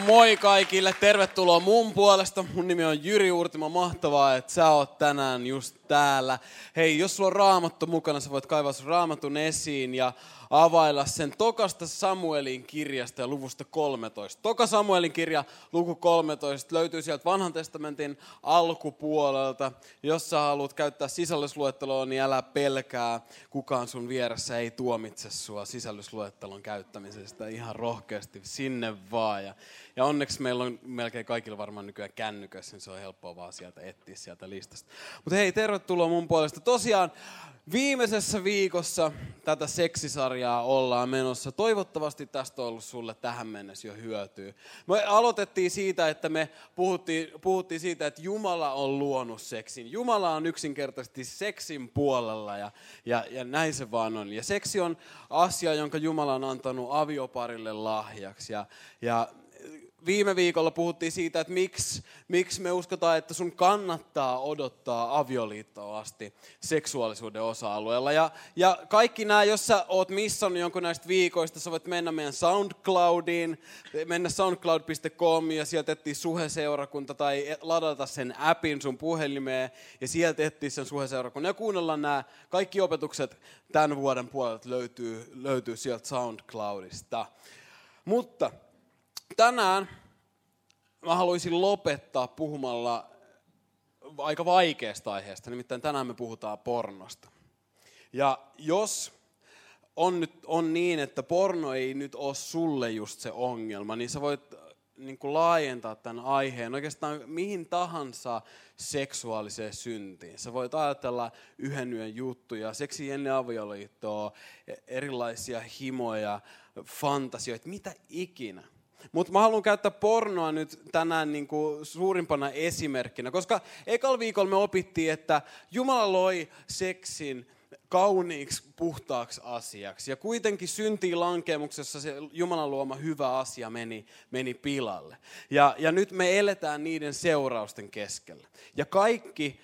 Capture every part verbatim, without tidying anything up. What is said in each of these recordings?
Moi kaikille, tervetuloa mun puolesta. Mun nimi on Jyri Uurtimo, mahtavaa, että sä oot tänään just täällä. Hei, jos sulla on raamattu mukana, sä voit kaivaa sun raamatun esiin ja availla sen Tokasta Samuelin kirjasta ja luvusta kolmetoista. Toka Samuelin kirja, luku kolmetoista, löytyy sieltä Vanhan testamentin alkupuolelta. Jos sä haluat käyttää sisällysluetteloa, niin älä pelkää. Kukaan sun vieressä ei tuomitse sua sisällysluettelon käyttämisestä. Ihan rohkeasti sinne vaan. Ja, ja onneksi meillä on melkein kaikilla varmaan nykyään kännykössä, niin se on helppoa vaan sieltä etsiä sieltä listasta. Mutta hei, tervetuloa mun puolesta. Tosiaan viimeisessä viikossa tätä seksisarjaa ollaan menossa. Toivottavasti tästä on ollut sulle tähän mennessä jo hyötyä. Me aloitettiin siitä, että me puhuttiin, puhuttiin siitä, että Jumala on luonut seksin. Jumala on yksinkertaisesti seksin puolella ja, ja, ja näin se vaan on. Ja seksi on asia, jonka Jumala on antanut avioparille lahjaksi. Ja, ja viime viikolla puhuttiin siitä, että miksi, miksi me uskotaan, että sun kannattaa odottaa avioliittoa asti seksuaalisuuden osa-alueella. Ja, ja kaikki nämä, jos sä oot missannut jonkun näistä viikoista, sä voit mennä meidän SoundCloudiin, mennä soundcloud piste com ja sieltä etsiä Suhe-seurakunta tai ladata sen appin sun puhelimeen ja sieltä etsiä sen Suhe-seurakunnan ja kuunnella nämä kaikki opetukset tämän vuoden puolelta löytyy, löytyy sieltä SoundCloudista. Mutta tänään mä haluaisin lopettaa puhumalla aika vaikeasta aiheesta, nimittäin tänään me puhutaan pornosta. Ja jos on nyt on niin, että porno ei nyt ole sulle just se ongelma, niin sä voit niin kuin laajentaa tämän aiheen oikeastaan mihin tahansa seksuaaliseen syntiin. Sä voit ajatella yhden yön juttuja, seksi ennen avioliittoa, erilaisia himoja, fantasioita, mitä ikinä. Mutta mä haluan käyttää pornoa nyt tänään niin kuin suurimpana esimerkkinä, koska ekalla viikolla me opittiin, että Jumala loi seksin kauniiksi, puhtaaksi asiaksi. Ja kuitenkin syntiin lankemuksessa se Jumalan luoma hyvä asia meni, meni pilalle. Ja, ja nyt me eletään niiden seurausten keskellä. Ja kaikki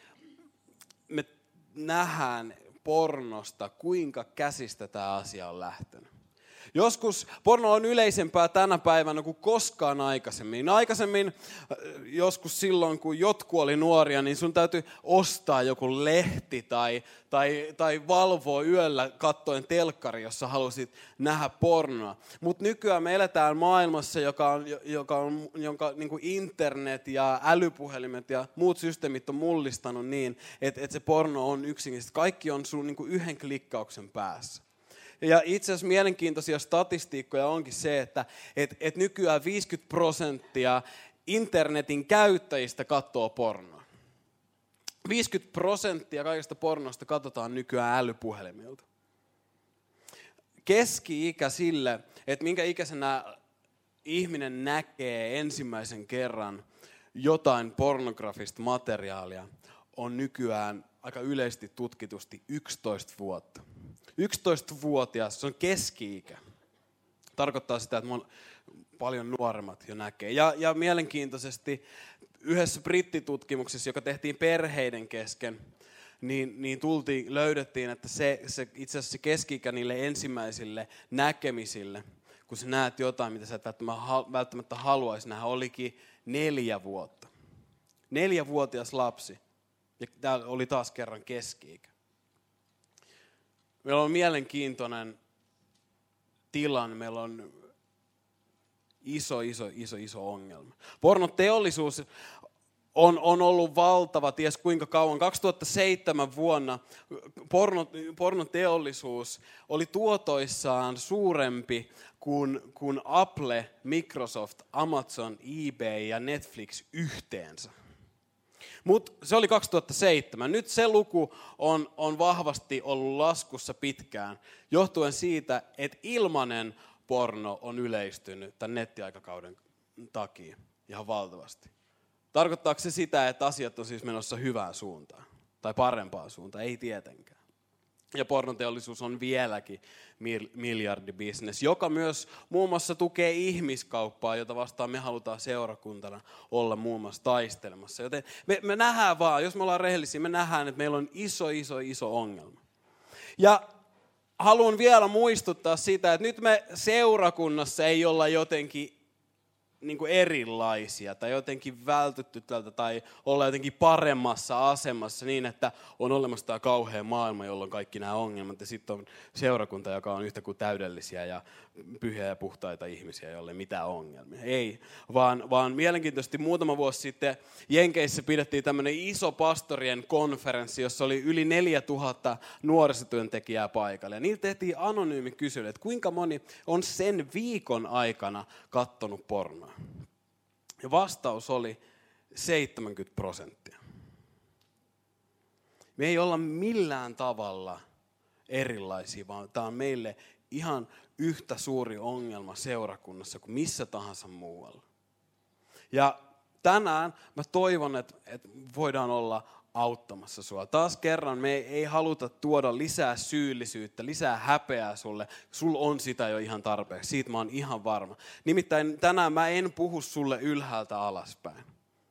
me nähdään pornosta, kuinka käsistä tämä asia on lähtenyt. Joskus porno on yleisempää tänä päivänä kuin koskaan aikaisemmin. Aikaisemmin, joskus silloin, kun jotkut oli nuoria, niin sun täytyy ostaa joku lehti tai, tai, tai valvoa yöllä kattoen telkkari, jossa halusit nähdä pornoa. Mutta nykyään me eletään maailmassa, joka on, joka on, jonka niin kuin internet ja älypuhelimet ja muut systeemit on mullistanut niin, että, että se porno on yksinkertaisesti. Kaikki on sun niin kuin yhden klikkauksen päässä. Ja itse asiassa mielenkiintoisia statistiikkoja onkin se, että et, et nykyään viisikymmentä prosenttia internetin käyttäjistä katsoo pornoa. viisikymmentä prosenttia kaikesta pornosta katsotaan nykyään älypuhelimilta. Keski-ikä sille, että minkä ikäisenä ihminen näkee ensimmäisen kerran jotain pornografista materiaalia, on nykyään aika yleisesti tutkitusti yksitoista vuotta. yksitoistavuotias, se on keski-ikä. Tarkoittaa sitä, että paljon nuoremmat jo näkee. Ja, ja mielenkiintoisesti yhdessä brittitutkimuksessa, joka tehtiin perheiden kesken, niin, niin tultiin, löydettiin, että se, se itse asiassa se keski-ikä niille ensimmäisille näkemisille, kun sä näet jotain, mitä sä et välttämättä haluaisi nähdä, olikin neljä vuotta. Neljävuotias lapsi. Ja tämä oli taas kerran keski-ikä. Meillä on mielenkiintoinen tilanne, meillä on iso, iso, iso, iso ongelma. Pornoteollisuus on, on ollut valtava, ties kuinka kauan. kaksituhattaseitsemän vuonna porno, pornoteollisuus oli tuotoissaan suurempi kuin, kuin Apple, Microsoft, Amazon, eBay ja Netflix yhteensä. Mutta se oli kaksituhattaseitsemän. Nyt se luku on, on vahvasti ollut laskussa pitkään, johtuen siitä, että ilmainen porno on yleistynyt tämän nettiaikakauden takia ihan valtavasti. Tarkoittaako se sitä, että asiat on siis menossa hyvään suuntaan tai parempaan suuntaan? Ei tietenkään. Ja pornoteollisuus on vieläkin miljardibisnes, joka myös muun muassa tukee ihmiskauppaa, jota vastaan me halutaan seurakuntana olla muun muassa taistelemassa. Joten me, me nähdään vaan, jos me ollaan rehellisiä, me nähdään, että meillä on iso, iso, iso ongelma. Ja haluan vielä muistuttaa sitä, että nyt me seurakunnassa ei olla jotenkin niin kuin erilaisia tai jotenkin vältytty tältä tai olla jotenkin paremmassa asemassa niin, että on olemassa tämä kauhea maailma, jolloin kaikki nämä ongelmat ja sitten on seurakunta, joka on yhtä kuin täydellisiä ja pyhiä ja puhtaita ihmisiä, joille ei mitään ongelmia. Ei, vaan, vaan mielenkiintoisesti muutama vuosi sitten Jenkeissä pidettiin tämmöinen iso pastorien konferenssi, jossa oli yli neljätuhatta nuorisotyöntekijää paikalla. Ja niillä tehtiin anonyymi kysely, että kuinka moni on sen viikon aikana kattonut pornoa. Ja vastaus oli seitsemänkymmentä prosenttia. Me ei olla millään tavalla erilaisia, vaan tämä on meille ihan yhtä suuri ongelma seurakunnassa kuin missä tahansa muualla. Ja tänään mä toivon, että, että voidaan olla auttamassa sua. Taas kerran me ei, ei haluta tuoda lisää syyllisyyttä, lisää häpeää sulle. Sul on sitä jo ihan tarpeeksi, siitä mä oon ihan varma. Nimittäin tänään mä en puhu sulle ylhäältä alaspäin.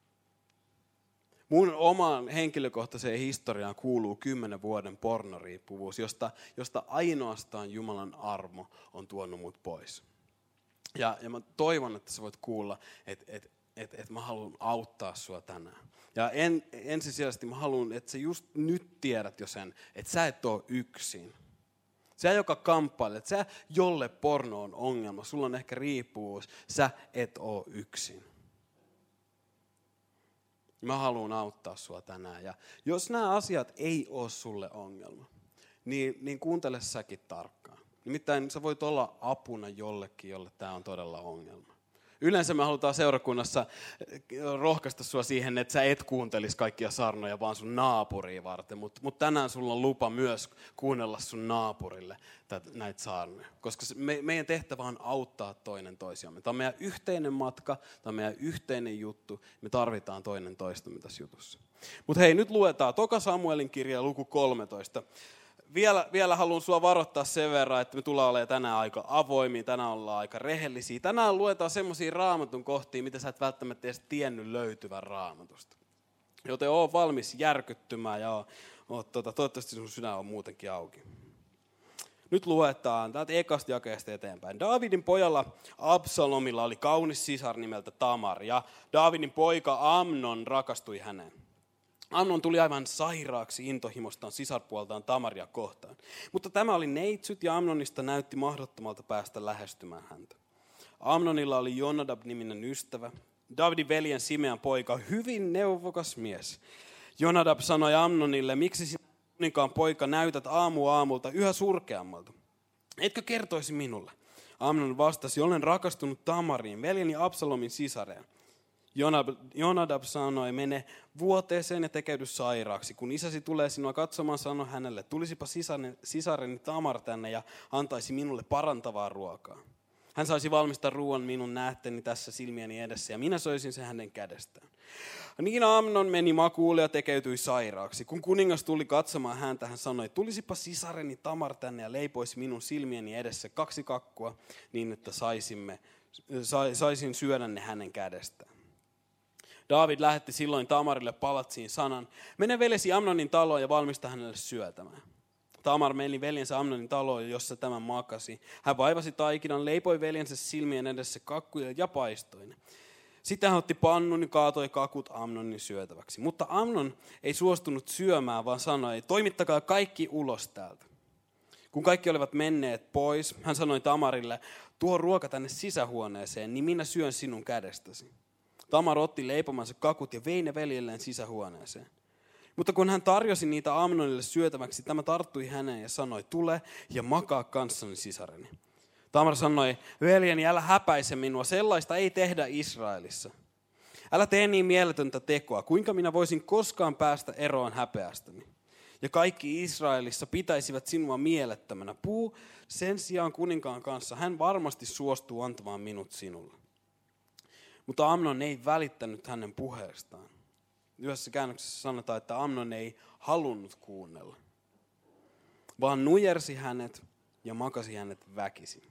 Mun omaan henkilökohtaiseen historiaan kuuluu kymmenen vuoden pornoriippuvuus, josta, josta ainoastaan Jumalan armo on tuonut mut pois. Ja, ja mä toivon, että sä voit kuulla, että et, et, et mä haluan auttaa sua tänään. Ja en, ensisijaisesti mä haluan, että sä just nyt tiedät jo sen, että sä et ole yksin. Sä, joka kamppailet, että sä, jolle porno on ongelma, sulla on ehkä riippuvuus, sä et ole yksin. Mä haluan auttaa sua tänään. Ja jos nämä asiat ei ole sulle ongelma, niin, niin kuuntele säkin tarkkaan. Nimittäin sä voit olla apuna jollekin, jolle tämä on todella ongelma. Yleensä me halutaan seurakunnassa rohkaista sua siihen, että sä et kuuntelisi kaikkia sarnoja vaan sun naapuria varten. Mutta mut tänään sulla on lupa myös kuunnella sun naapurille tätä, näitä saarnoja. Koska me, meidän tehtävä on auttaa toinen toisiamme. Tämä on meidän yhteinen matka, tämä on meidän yhteinen juttu. Me tarvitaan toinen toistamme tässä jutussa. Mutta hei, nyt luetaan Toka Samuelin kirja luku kolmetoista. Vielä, vielä haluan sua varoittaa sen verran, että me tullaan olemaan tänään aika avoimia, tänään ollaan aika rehellisiä. Tänään luetaan semmoisia raamatun kohtia, mitä sä et välttämättä edes tiennyt löytyvän raamatusta. Joten oo valmis järkyttymään ja oo, oo, tota, toivottavasti sun sydän on muutenkin auki. Nyt luetaan täältä ekasta jakeesta eteenpäin. Daavidin pojalla Absalomilla oli kaunis sisar nimeltä Tamar ja Daavidin poika Amnon rakastui häneen. Amnon tuli aivan sairaaksi intohimostaan sisarpuoltaan Tamaria kohtaan. Mutta tämä oli neitsyt ja Amnonista näytti mahdottomalta päästä lähestymään häntä. Amnonilla oli Jonadab-niminen ystävä, Davidin veljen Simean poika, hyvin neuvokas mies. Jonadab sanoi Amnonille, miksi sinä kuninkaan poika näytät aamu aamulta yhä surkeammalta? Etkö kertoisi minulle? Amnon vastasi, olen rakastunut Tamariin, veljeni Absalomin sisareen. Jonadab sanoi, mene vuoteeseen ja tekeydy sairaaksi. Kun isäsi tulee sinua katsomaan, sano hänelle, tulisipa sisareni, sisareni Tamar tänne ja antaisi minulle parantavaa ruokaa. Hän saisi valmistaa ruoan minun nähteni tässä silmieni edessä ja minä söisin sen hänen kädestään. Niin Amnon meni makuulle ja tekeytyi sairaaksi. Kun kuningas tuli katsomaan häntä, hän sanoi, tulisipa sisareni Tamar tänne ja leipoisi minun silmieni edessä kaksi kakkua niin, että saisimme, saisin syödä ne hänen kädestään. Daavid lähetti silloin Tamarille palatsiin sanan, mene veljesi Amnonin taloon ja valmista hänelle syötämään. Tamar meni veljensä Amnonin taloon, jossa tämä makasi. Hän vaivasi taikinan, leipoi veljensä silmien edessä kakkuja ja paistoi ne. Sitten hän otti pannun ja kaatoi kakut Amnonin syötäväksi. Mutta Amnon ei suostunut syömään, vaan sanoi, toimittakaa kaikki ulos täältä. Kun kaikki olivat menneet pois, hän sanoi Tamarille, tuo ruoka tänne sisähuoneeseen, niin minä syön sinun kädestäsi. Tamar otti leipomansa kakut ja vei ne veljelleen sisähuoneeseen. Mutta kun hän tarjosi niitä Amnonille syötäväksi, tämä tarttui häneen ja sanoi, tule ja makaa kanssani sisareni. Tamar sanoi, veljeni, älä häpäise minua, sellaista ei tehdä Israelissa. Älä tee niin mieletöntä tekoa, kuinka minä voisin koskaan päästä eroon häpeästäni. Ja kaikki Israelissa pitäisivät sinua mielettömänä. Puhu sen sijaan kuninkaan kanssa, hän varmasti suostuu antamaan minut sinulle. Mutta Amnon ei välittänyt hänen puheestaan. Yhdessä käännöksessä sanotaan, että Amnon ei halunnut kuunnella, vaan nujersi hänet ja makasi hänet väkisin.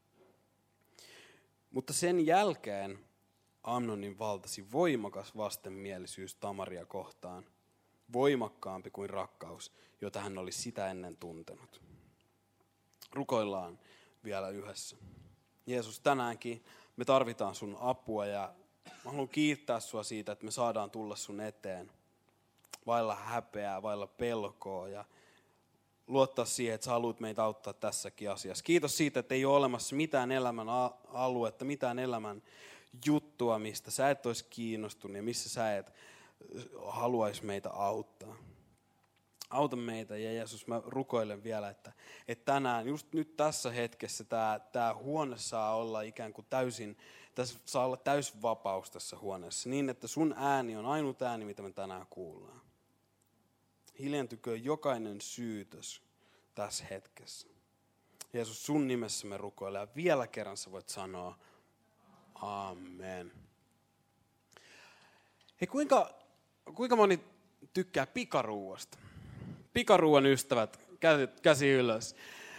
Mutta sen jälkeen Amnonin valtasi voimakas vastenmielisyys Tamaria kohtaan, voimakkaampi kuin rakkaus, jota hän oli sitä ennen tuntenut. Rukoillaan vielä yhdessä. Jeesus, tänäänkin me tarvitaan sun apua ja mä haluan kiittää sua siitä, että me saadaan tulla sun eteen vailla häpeää, vailla pelkoa ja luottaa siihen, että sä haluat meitä auttaa tässäkin asiassa. Kiitos siitä, että ei ole olemassa mitään elämän aluetta, mitään elämän juttua, mistä sä et olisi kiinnostunut ja missä sä et haluaisi meitä auttaa. Auta meitä ja Jeesus, mä rukoilen vielä, että, että tänään, just nyt tässä hetkessä, tämä, tämä huone saa olla ikään kuin täysin, tässä saa olla täysvapaus tässä huoneessa, niin että sun ääni on ainut ääni, mitä me tänään kuullaan. Hiljentykö jokainen syytös tässä hetkessä. Jeesus, sun nimessä me rukoillaan ja vielä kerran sä voit sanoa amen. Hei, kuinka, kuinka moni tykkää pikaruuasta? Pikaruuan ystävät, käsi ylös.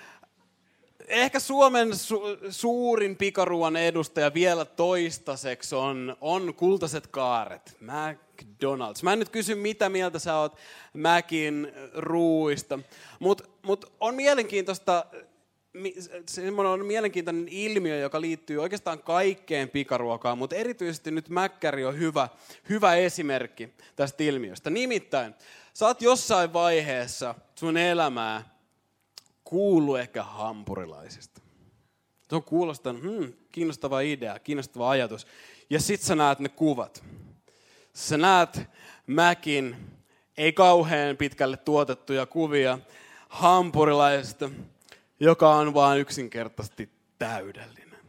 Ehkä Suomen su- suurin pikaruuan edustaja vielä toistaiseksi on, on kultaiset kaaret, McDonald's. Mä en nyt kysy, mitä mieltä sä oot Macin ruuista, mutta mut on mielenkiintoista, semmoinen on mielenkiintoinen ilmiö, joka liittyy oikeastaan kaikkeen pikaruokaan, mutta erityisesti nyt Mäkkäri on hyvä, hyvä esimerkki tästä ilmiöstä. Nimittäin, sä oot jossain vaiheessa sun elämää kuullut ehkä hampurilaisista. Se on kuulostanut, hmm, kiinnostava idea, kiinnostava ajatus. Ja sit sä näet ne kuvat. Sä näet Mäkin, ei kauhean pitkälle tuotettuja kuvia hampurilaisista, joka on vaan yksinkertaisesti täydellinen.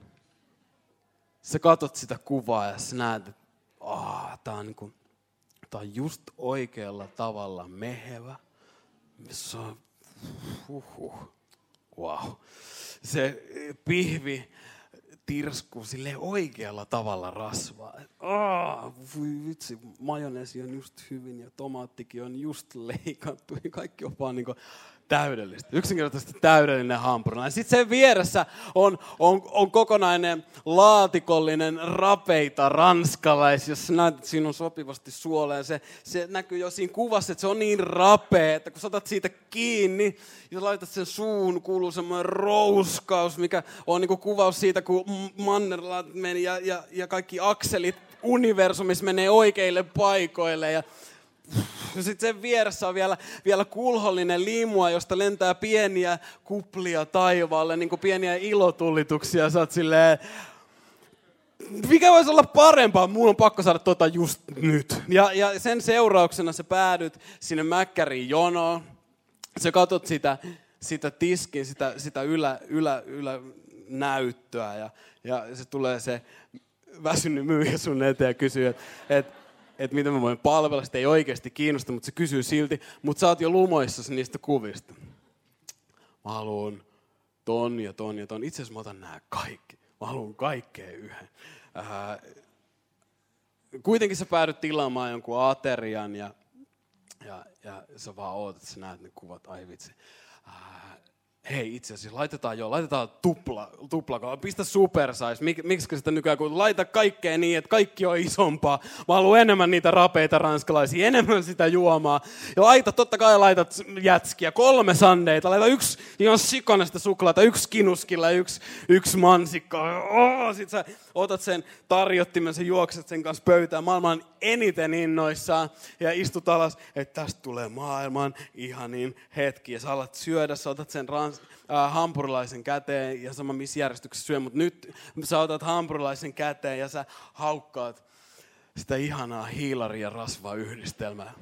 Sä katot sitä kuvaa ja sä näet, että oh, tää on, niinku, tää on just oikealla tavalla mehevä. Se on Huhhuh. Wow. Se pihvi tirskuu silleen oikealla tavalla rasvaa. Oh, voi vitsi, majoneesi on just hyvin ja tomaattikin on just leikattu. Kaikki on vaan niin kuin täydellistä. Yksinkertaisesti täydellinen hampurilainen. Sitten sen vieressä on, on, on kokonainen laatikollinen rapeita ranskalaisia. Jos näet, että siinä on sopivasti suolaa. Se, se näkyy jo siinä kuvassa, että se on niin rapea, että kun sä otat siitä kiinni ja laitat sen suun, kuuluu semmoinen rouskaus, mikä on niin kuin kuvaus siitä, kun mannerlaat meni ja, ja, ja kaikki akselit universumissa menee oikeille paikoille ja sitten sen vieressä on vielä, vielä kulhollinen limua, josta lentää pieniä kuplia taivaalle, niin kuin pieniä ilotullituksia. Sä oot silleen, mikä voisi olla parempaa? Mulla on pakko saada tota just nyt. Ja, ja sen seurauksena sä päädyt sinne Mäkkäriin jonoon. Sä katot sitä, sitä tiskin, sitä, sitä ylä, ylä, ylänäyttöä ja, ja se tulee se väsynyt myyjä sun eteen ja kysyy, että et, että miten mä voin palvella, sitä ei oikeasti kiinnosta, mutta se kysyy silti, mutta sä oot jo lumoissasi niistä kuvista. Mä haluun ton ja ton ja ton. Itse asiassa mä otan nää kaikki. Mä haluun kaikkea yhden. Äh, kuitenkin sä päädyt tilaamaan jonkun aterian ja, ja, ja sä vaan ootat, että sä näet ne kuvat. Ai vitsi. Äh, Hei, itse asiassa laitetaan jo, laitetaan tupla, tupla, pistä super size. Mik, miksi sitä nykyään, kun laita kaikkea niin, että kaikki on isompaa. Mä haluan enemmän niitä rapeita ranskalaisia, enemmän sitä juomaa. Ja laita, totta kai laitat jätskiä, kolme sandeita, laita yksi ihan sikonasta suklaata, yksi kinuskilla, yksi, yksi mansikka. Oh, sit sä otat sen tarjottimen, sä juokset sen kanssa pöytään. Maailman eniten innoissaan ja istut alas, että tästä tulee maailman ihanin hetki. Ja sä alat syödä, sä otat sen rans, äh, hampurilaisen käteen ja sama missä järjestyksessä syö, mutta nyt sä otat hampurilaisen käteen ja sä haukkaat sitä ihanaa hiilari- ja rasva-yhdistelmää.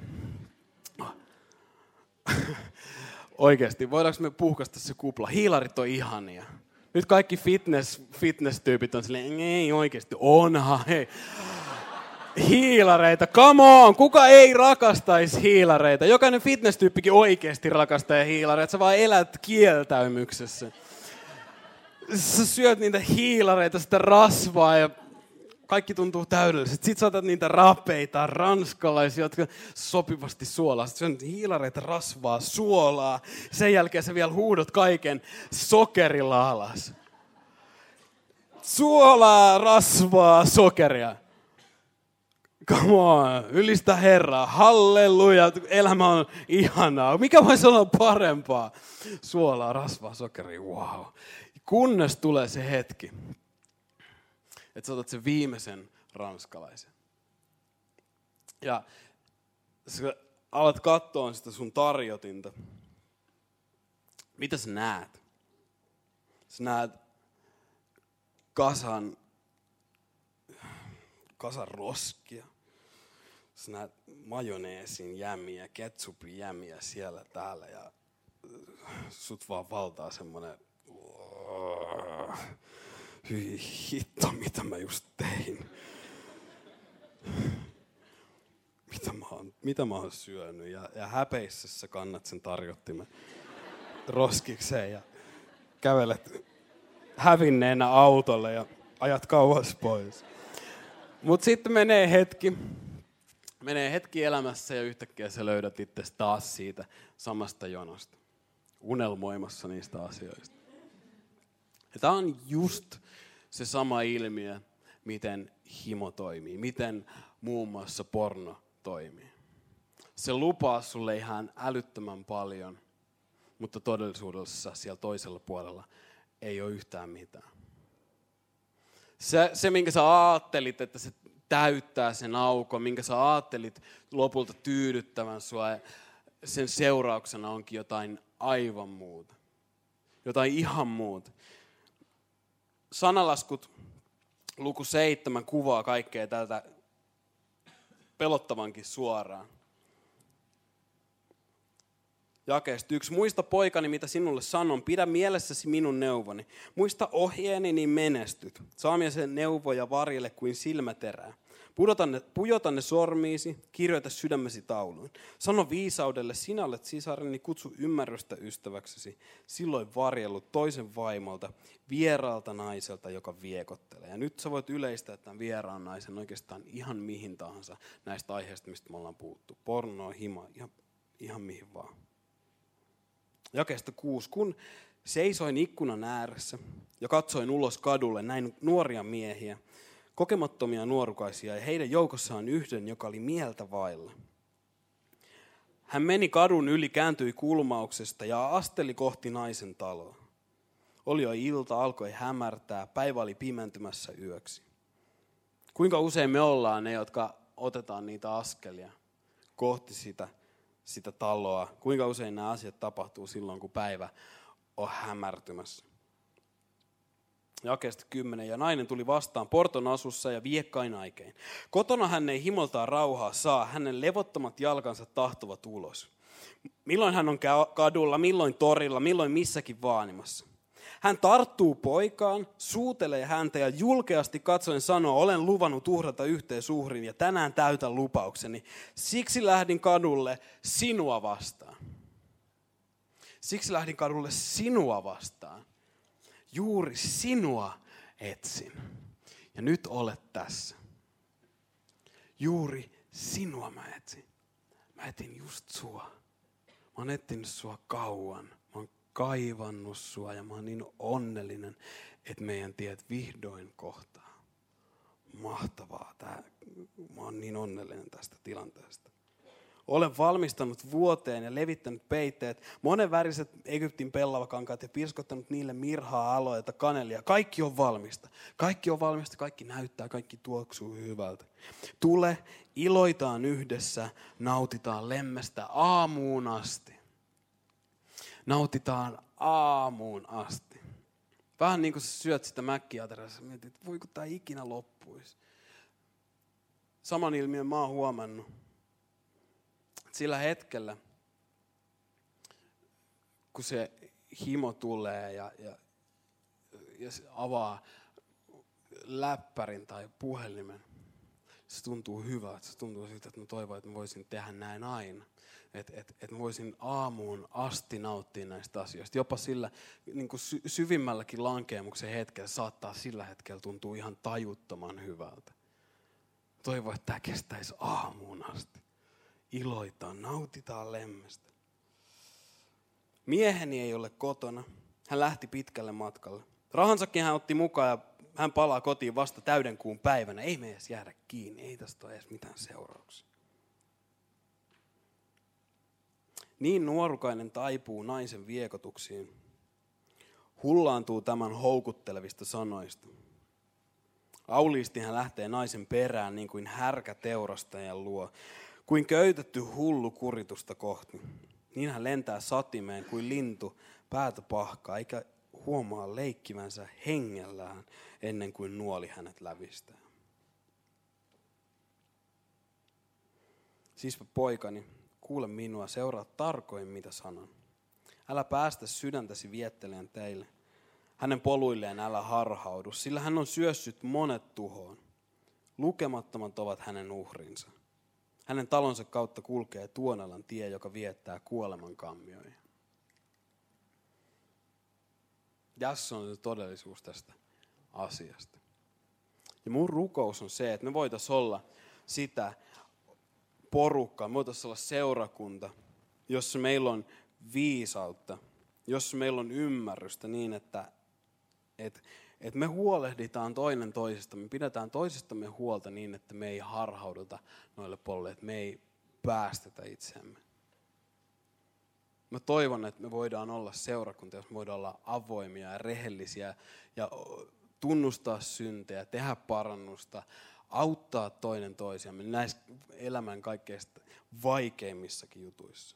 Oikeasti, voidaanko me puhkaista se kupla? Hiilarit on ihania. Nyt kaikki fitness, fitness-tyypit on silleen, ei oikeasti, onhan, hei. Hiilareita, come on, kuka ei rakastaisi hiilareita? Jokainen fitness-tyyppikin oikeasti rakastaa hiilareita, sä vaan elät kieltäymyksessä. Sä syöt niitä hiilareita, sitä rasvaa ja kaikki tuntuu täydelliseltä. Sitten sä otat niitä rapeita, ranskalaisia, jotka sopivasti suolaa. Sitten syöt hiilareita, rasvaa, suolaa. Sen jälkeen sä vielä huudot kaiken sokerilla alas. Suolaa, rasvaa, sokeria. Come on, ylistä Herraa, halleluja, elämä on ihanaa. Mikä voisi olla parempaa? Suolaa, rasvaa, sokeria, wow. Kunnes tulee se hetki, että sä otat sen viimeisen ranskalaisen. Ja sä alat katsoa sitä sun tarjotinta. Mitä sä näet? Sä näet kasan, kasan roskia. Sä näet majoneesin jämiä, ketsupin jämiä siellä täällä ja sut vaan valtaa semmonen, hyi hitto, mitä mä just tein. Mitä mä oon, mitä mä oon syönyt ja, ja häpeisessä kannat sen tarjottimen roskikseen ja kävelet hävinneenä autolle ja ajat kauas pois. Mut sitten menee hetki, menee hetki elämässä ja yhtäkkiä sä löydät itsesi taas siitä samasta jonosta, unelmoimassa niistä asioista. Ja tää on just se sama ilmiö, miten himo toimii, miten muun muassa porno toimii. Se lupaa sulle ihan älyttömän paljon, mutta todellisuudessa siellä toisella puolella ei ole yhtään mitään. Se, se minkä sä ajattelit, että se täyttää sen aukon, minkä sä ajattelit lopulta tyydyttävän sua, sen seurauksena onkin jotain aivan muuta. Jotain ihan muuta. Sanalaskut luku seitsemän kuvaa kaikkea tältä pelottavankin suoraan. Jakeesta yksi. Muista poikani, mitä sinulle sanon. Pidä mielessäsi minun neuvoni. Muista ohjeeni, niin menestyt. Saamia sen neuvoja varjelle kuin silmäterää. Pudota ne, pujota ne sormiisi, kirjoita sydämesi tauluun. Sano viisaudelle, sinä olet sisareni, kutsu ymmärrystä ystäväksesi. Silloin varjellut toisen vaimolta, vieraalta naiselta, joka viekottelee. Ja nyt sä voit yleistää tämän vieraan naisen oikeastaan ihan mihin tahansa näistä aiheista, mistä me ollaan puhuttu. Pornoa, hima, ihan, ihan mihin vaan. Jakeesta kuusi. Kun seisoin ikkunan ääressä ja katsoin ulos kadulle, näin nuoria miehiä, kokemattomia nuorukaisia ja heidän joukossaan yhden, joka oli mieltä vailla. Hän meni kadun yli, kääntyi kulmauksesta ja asteli kohti naisen taloa. Oli jo ilta, alkoi hämärtää, päivä oli pimentymässä yöksi. Kuinka usein me ollaan ne, jotka otetaan niitä askelia kohti sitä, sitä taloa? Kuinka usein nämä asiat tapahtuu silloin, kun päivä on hämärtymässä? Jakeesta kymmenen. Ja nainen tuli vastaan porton asussa ja viekkain aikein. Kotona hän ei himoltaan rauhaa saa, hänen levottomat jalkansa tahtovat ulos. Milloin hän on kadulla, milloin torilla, milloin missäkin vaanimassa. Hän tarttuu poikaan, suutelee häntä ja julkeasti katsoen sanoo, olen luvannut uhrata yhteisuhrin ja tänään täytän lupaukseni. Siksi lähdin kadulle sinua vastaan. Siksi lähdin kadulle sinua vastaan. Juuri sinua etsin. Ja nyt olet tässä. Juuri sinua mä etsin. Mä etin just sua. Mä oon etsinyt sua kauan. Mä oon kaivannut sua ja mä oon niin onnellinen, että meidän tiet vihdoin kohtaa. Mahtavaa. Tää, mä oon niin onnellinen tästä tilanteesta. Olen valmistanut vuoteen ja levittänyt peitteet, monenväriset Egyptin pellavakankaat ja pirskottanut niille mirhaa, aloita, kanelia. Kaikki on valmista. Kaikki on valmista, kaikki näyttää, kaikki tuoksuu hyvältä. Tule, iloitaan yhdessä, nautitaan lemmestä aamuun asti. Nautitaan aamuun asti. Vähän niin kuin sä syöt sitä mäkkiateriassa, mietit, että voiko tämä ikinä loppuisi. Saman ilmiön mä oon huomannut. Sillä hetkellä, kun se himo tulee ja, ja, ja se avaa läppärin tai puhelimen, se tuntuu hyvältä. Se tuntuu siltä, että mä toivon, että mä voisin tehdä näin aina. Että et, et mä voisin aamuun asti nauttia näistä asioista. Jopa sillä niin kuin sy- syvimmälläkin lankeemuksen hetkellä saattaa sillä hetkellä tuntua ihan tajuttoman hyvältä. Toivon, että tämä kestäisi aamuun asti. Iloitaan, nautitaan lemmestä. Mieheni ei ole kotona. Hän lähti pitkälle matkalle. Rahansakin hän otti mukaan ja hän palaa kotiin vasta täyden kuun päivänä. Ei me edes jäädä kiinni, ei tästä ole edes mitään seurauksia. Niin nuorukainen taipuu naisen viekotuksiin. Hullaantuu tämän houkuttelevista sanoista. Auliisti hän lähtee naisen perään niin kuin härkä teurastajan luo, kuin köytetty hullu kuritusta kohti. Niin hän lentää satimeen kuin lintu päätä pahkaa, eikä huomaa leikkivänsä hengellään ennen kuin nuoli hänet lävistää. Siispä poikani, kuule minua, seuraa tarkoin mitä sanon. Älä päästä sydäntäsi vietteleen teille. Hänen poluilleen älä harhaudu, sillä hän on syössyt monet tuhoon. Lukemattomat ovat hänen uhrinsa. Hänen talonsa kautta kulkee Tuonalan tie, joka viettää kuoleman kammioihin. Tässä on se todellisuus tästä asiasta. Ja mun rukous on se, että me voitaisiin olla sitä porukkaa, me voitaisiin olla seurakunta, jossa meillä on viisautta, jossa meillä on ymmärrystä niin, että, että, että me huolehditaan toinen toisesta, me pidetään toisistamme huolta niin, että me ei harhauduta noille poluille, että me ei päästetä itseämme. Mä toivon, että me voidaan olla seurakunta, jos me voidaan olla avoimia ja rehellisiä ja tunnustaa syntejä, tehdä parannusta, auttaa toinen toisiamme näissä elämän kaikkein vaikeimmissakin jutuissa.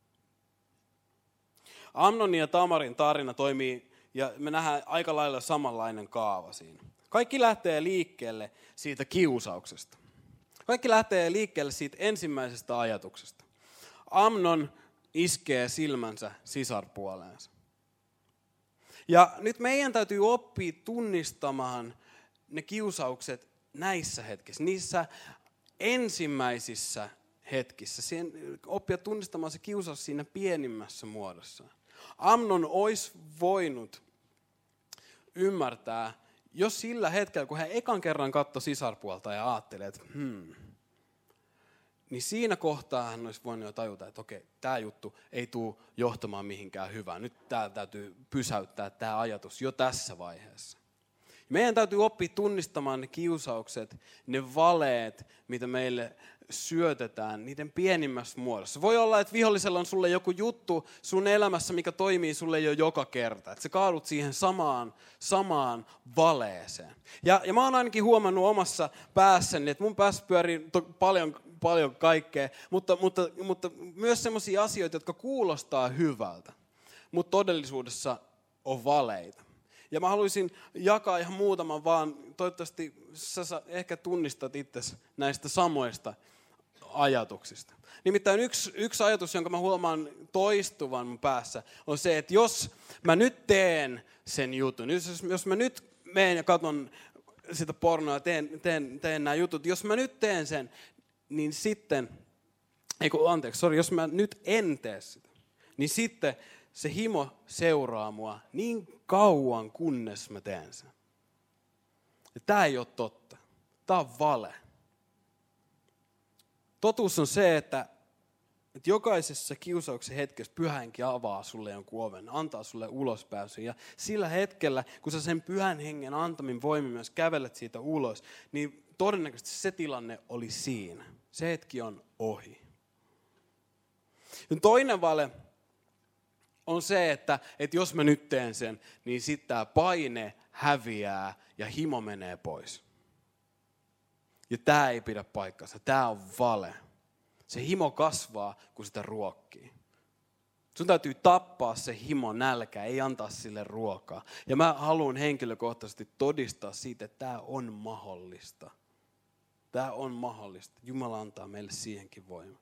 Amnonin ja Tamarin tarina toimii, ja me nähdään aika lailla samanlainen kaava siinä. Kaikki lähtee liikkeelle siitä kiusauksesta. Kaikki lähtee liikkeelle siitä ensimmäisestä ajatuksesta. Amnon iskee silmänsä sisarpuoleensa. Ja nyt meidän täytyy oppia tunnistamaan ne kiusaukset näissä hetkissä, niissä ensimmäisissä hetkissä. Siihen oppia tunnistamaan se kiusaus siinä pienimmässä muodossa. Amnon olisi voinut ymmärtää, jos sillä hetkellä, kun hän ekan kerran katsoi sisarpuolta ja ajatteli, että hmm, niin siinä kohtaa hän olisi voinut jo tajuta, että okei, tämä juttu ei tule johtamaan mihinkään hyvään. Nyt tää täytyy pysäyttää tämä ajatus jo tässä vaiheessa. Meidän täytyy oppia tunnistamaan ne kiusaukset, ne valeet, mitä meille syötetään niiden pienimmässä muodossa. Voi olla, että vihollisella on sulle joku juttu sun elämässä, mikä toimii sulle jo joka kerta. Että sä kaadut siihen samaan, samaan valeeseen. Ja, ja mä oon ainakin huomannut omassa päässäni, että mun päässä pyörii to, paljon, paljon kaikkea, mutta, mutta, mutta myös sellaisia asioita, jotka kuulostaa hyvältä, mutta todellisuudessa on valeita. Ja mä haluaisin jakaa ihan muutaman vaan, toivottavasti sä ehkä tunnistat itsesi näistä samoista ajatuksista. Nimittäin yksi, yksi ajatus, jonka mä huomaan toistuvan mun päässä, on se, että jos mä nyt teen sen jutun, jos, jos mä nyt menen ja katson sitä pornoa ja teen, teen, teen nämä jutut, jos mä nyt teen sen, niin sitten, ei kun anteeksi, sorry, jos mä nyt en tee sitä, niin sitten se himo seuraa mua niin kauan, kunnes mä teen sen. Ja tää ei ole totta. Tää on vale. Totuus on se, että, että jokaisessa kiusauksen hetkessä Pyhä Henki avaa sulle jonkun oven, antaa sulle ulospääsyn. Ja sillä hetkellä, kun sä sen Pyhän Hengen antamin voimin myös kävelet siitä ulos, niin todennäköisesti se tilanne oli siinä. Se hetki on ohi. Ja toinen vale on se, että, että jos mä nyt teen sen, niin sitten tämä paine häviää ja himo menee pois. Ja tämä ei pidä paikkansa. Tämä on vale. Se himo kasvaa, kun sitä ruokkii. Sun täytyy tappaa se himo nälkä, ei antaa sille ruokaa. Ja mä haluan henkilökohtaisesti todistaa siitä, että tämä on mahdollista. Tämä on mahdollista. Jumala antaa meille siihenkin voimaa.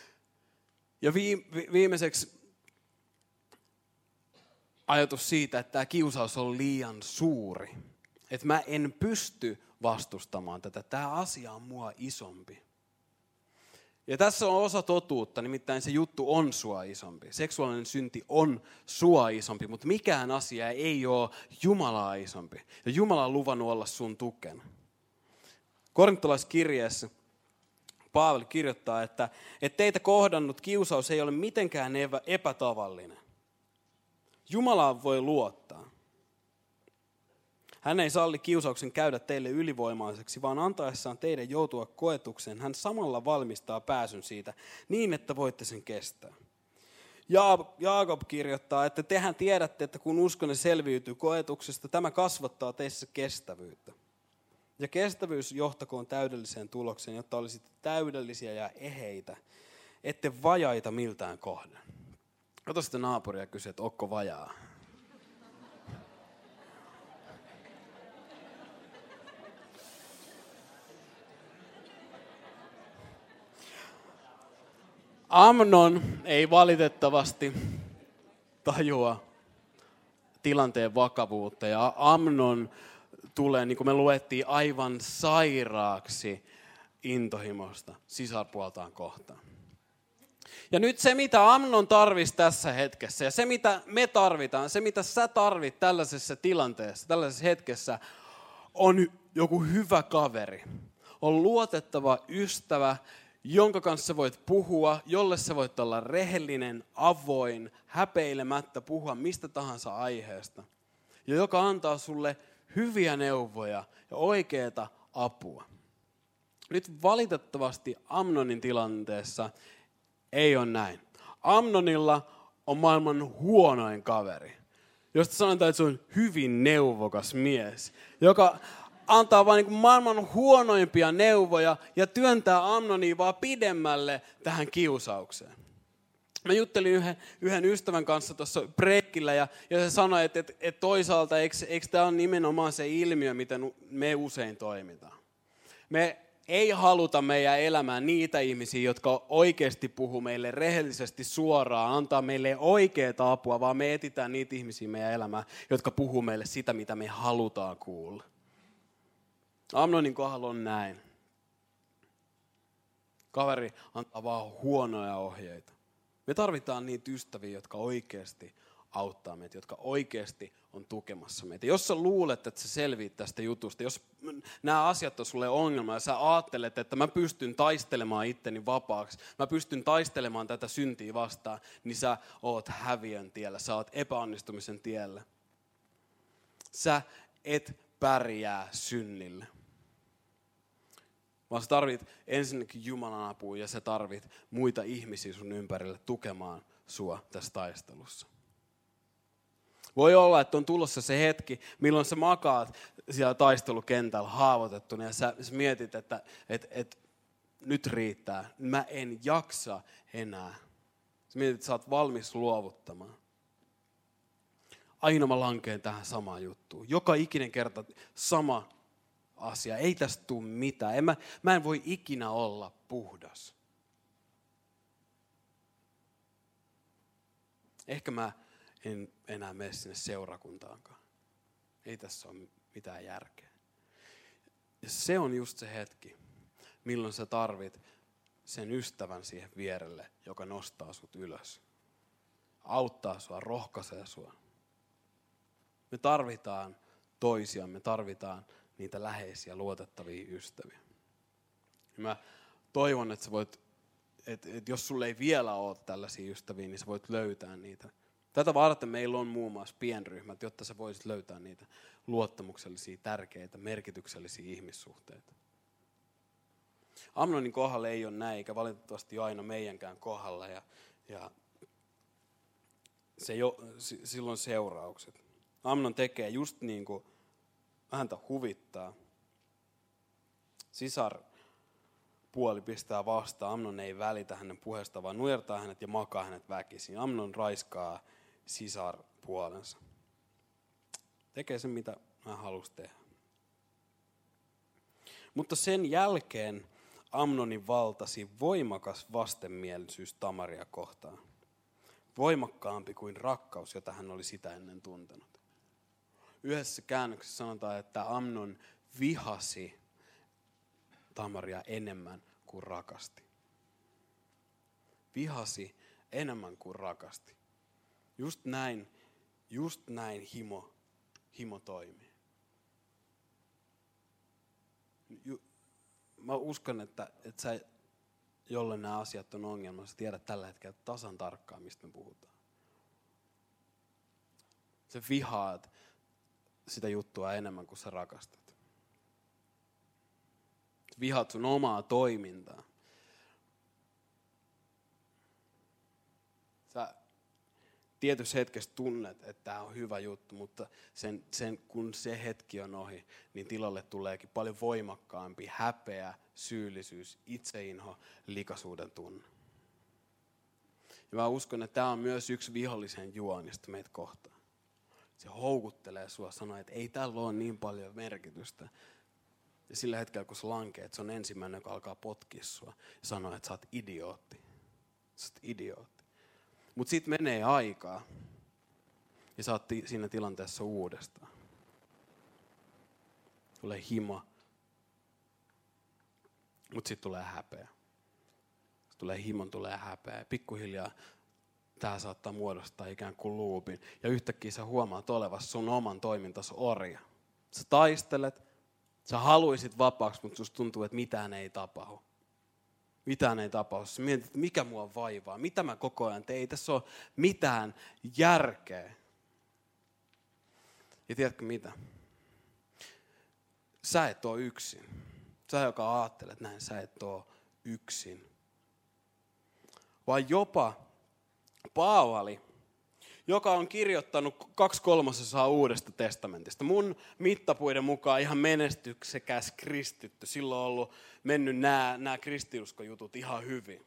Ja viimeiseksi ajatus siitä, että tämä kiusaus on liian suuri. Että mä en pysty vastustamaan tätä. Tämä asia on mua isompi. Ja tässä on osa totuutta, nimittäin se juttu on sua isompi. Seksuaalinen synti on sua isompi, mutta mikään asia ei ole Jumalaa isompi. Ja Jumala on luvannut olla sun tukena. Korintolaiskirjeessä Paavali kirjoittaa, että, että teitä kohdannut kiusaus ei ole mitenkään epätavallinen. Jumalaan voi luottaa. Hän ei salli kiusauksen käydä teille ylivoimaiseksi, vaan antaessaan teidän joutua koetukseen, hän samalla valmistaa pääsyn siitä niin, että voitte sen kestää. Jaakob kirjoittaa, että tehän tiedätte, että kun uskonne selviytyy koetuksesta, tämä kasvattaa teissä kestävyyttä. Ja kestävyys johtakoon täydelliseen tulokseen, jotta olisitte täydellisiä ja eheitä, ette vajaita miltään kohden. Ota sitten naapuria ja kysy, että onko vajaa? Amnon ei valitettavasti tajua tilanteen vakavuutta ja Amnon tulee, niin kuin me luettiin, aivan sairaaksi intohimosta sisarpuoltaan kohtaan. Ja nyt se, mitä Amnon tarvisi tässä hetkessä ja se, mitä me tarvitaan, se, mitä sä tarvit tällaisessa tilanteessa, tällaisessa hetkessä, on joku hyvä kaveri. On luotettava ystävä, jonka kanssa voit puhua, jolle sä voit olla rehellinen, avoin, häpeilemättä puhua mistä tahansa aiheesta. Ja joka antaa sulle hyviä neuvoja ja oikeaa apua. Nyt valitettavasti Amnonin tilanteessa ei ole näin. Amnonilla on maailman huonoin kaveri, josta sanotaan, että se on hyvin neuvokas mies, joka antaa vain niin maailman huonoimpia neuvoja ja työntää Amnonia vaan pidemmälle tähän kiusaukseen. Mä juttelin yhden, yhden ystävän kanssa tuossa breikillä ja, ja se sanoi, että, että, että toisaalta eikö, eikö tämä ole nimenomaan se ilmiö, miten me usein toimitaan. Me ei haluta meidän elämään niitä ihmisiä, jotka oikeasti puhuu meille rehellisesti suoraan, antaa meille oikeaa apua, vaan me etsitään niitä ihmisiä meidän elämään, jotka puhuu meille sitä, mitä me halutaan kuulla. Amnonin kohdalla on näin. Kaveri antaa vaan huonoja ohjeita. Me tarvitaan niitä ystäviä, jotka oikeasti auttaa meitä, jotka oikeasti on tukemassa meitä. Jos sä luulet, että sä selviit tästä jutusta, jos nämä asiat on sulle ongelma ja sä ajattelet, että mä pystyn taistelemaan itteni vapaaksi, mä pystyn taistelemaan tätä syntiä vastaan, niin sä oot häviön tiellä, sä oot epäonnistumisen tiellä. Sä et pärjää synnille. Vaan sä tarvit ensinnäkin Jumalan apua ja sä tarvit muita ihmisiä sun ympärille tukemaan sua tässä taistelussa. Voi olla, että on tulossa se hetki, milloin sä makaat siellä taistelukentällä haavoitettuna ja sä, sä mietit, että et, et, nyt riittää, mä en jaksa enää. Sä mietit, että sä oot valmis luovuttamaan. Aina mä lankeen tähän samaan juttuun. Joka ikinen kerta sama asia. Ei tästä tule mitään. En mä, mä en voi ikinä olla puhdas. Ehkä mä en enää mene sinne seurakuntaankaan. Ei tässä ole mitään järkeä. Ja se on just se hetki, milloin sä tarvit sen ystävän siihen vierelle, joka nostaa sut ylös. Auttaa sua, rohkaisee sua. Me tarvitaan toisia, me tarvitaan niitä läheisiä, luotettavia ystäviä. Ja mä toivon, että sä voit, että, että jos sulle ei vielä ole tällaisia ystäviä, niin sä voit löytää niitä. Tätä varten meillä on muun muassa pienryhmät, jotta sä voisit löytää niitä luottamuksellisia, tärkeitä, merkityksellisiä ihmissuhteita. Amnonin kohdalla ei ole näin, eikä valitettavasti ole aina meidänkään kohdalla. Ja, ja se jo, silloin seuraukset. Amnon tekee just niin kuin häntä huvittaa. Sisar puoli pistää vastaan. Amnon ei välitä hänen puheesta, vaan nujertaa hänet ja makaa hänet väkisin. Amnon raiskaa sisar puolensa. Tekee sen, mitä hän halusi tehdä. Mutta sen jälkeen Amnonin valtasi voimakas vastenmielisyys Tamaria kohtaan. Voimakkaampi kuin rakkaus, jota hän oli sitä ennen tuntenut. Yhdessä käännöksessä sanotaan, että Amnon vihasi Tamaria enemmän kuin rakasti. Vihasi enemmän kuin rakasti. Just näin, just näin himo, himo toimii. Mä uskon, että, että sä, jolle nämä asiat on ongelma, sä tiedät tällä hetkellä tasan tarkkaan, mistä me puhutaan. Sä vihaat sitä juttua enemmän kuin sä rakastat. Sä vihaat sun omaa toimintaa. Sä tietyssä hetkessä tunnet, että tämä on hyvä juttu, mutta sen, sen, kun se hetki on ohi, niin tilalle tuleekin paljon voimakkaampi häpeä, syyllisyys, itseinho, likaisuuden tunne. Ja mä uskon, että tämä on myös yksi vihollisen juonista meitä kohtaan. Se houkuttelee sua sanoa, että ei tällä ole niin paljon merkitystä. Ja sillä hetkellä, kun sä lankeet, se on ensimmäinen, joka alkaa potkia sua ja sanoa, että sä oot idiootti. Sä oot idiootti. Mutta sitten menee aikaa ja sä oot ti- siinä tilanteessa uudestaan. Tulee himo, mutta sitten tulee häpeä. Sitten tulee himon, tulee häpeä. Pikkuhiljaa tämä saattaa muodostaa ikään kuin luupin. Ja yhtäkkiä sä huomaat olevassa sun oman toimintasi orja. Sä taistelet, sä haluisit vapaaksi, mutta susta tuntuu, että mitään ei tapahdu. Mitään ei tapahdu. Sä mietit, että mikä mua vaivaa, mitä mä koko ajan tein. Ei tässä ole mitään järkeä. Ja tiedätkö mitä? Sä et ole yksin. Sä, joka ajattelet näin, sä et ole yksin. Vaan jopa Paavali, joka on kirjoittanut kaksi kolmasosaa Uudesta testamentista. Mun mittapuiden mukaan ihan menestyksekäs kristitty. Silloin on ollut mennyt nämä, nämä kristiuskojutut ihan hyvin.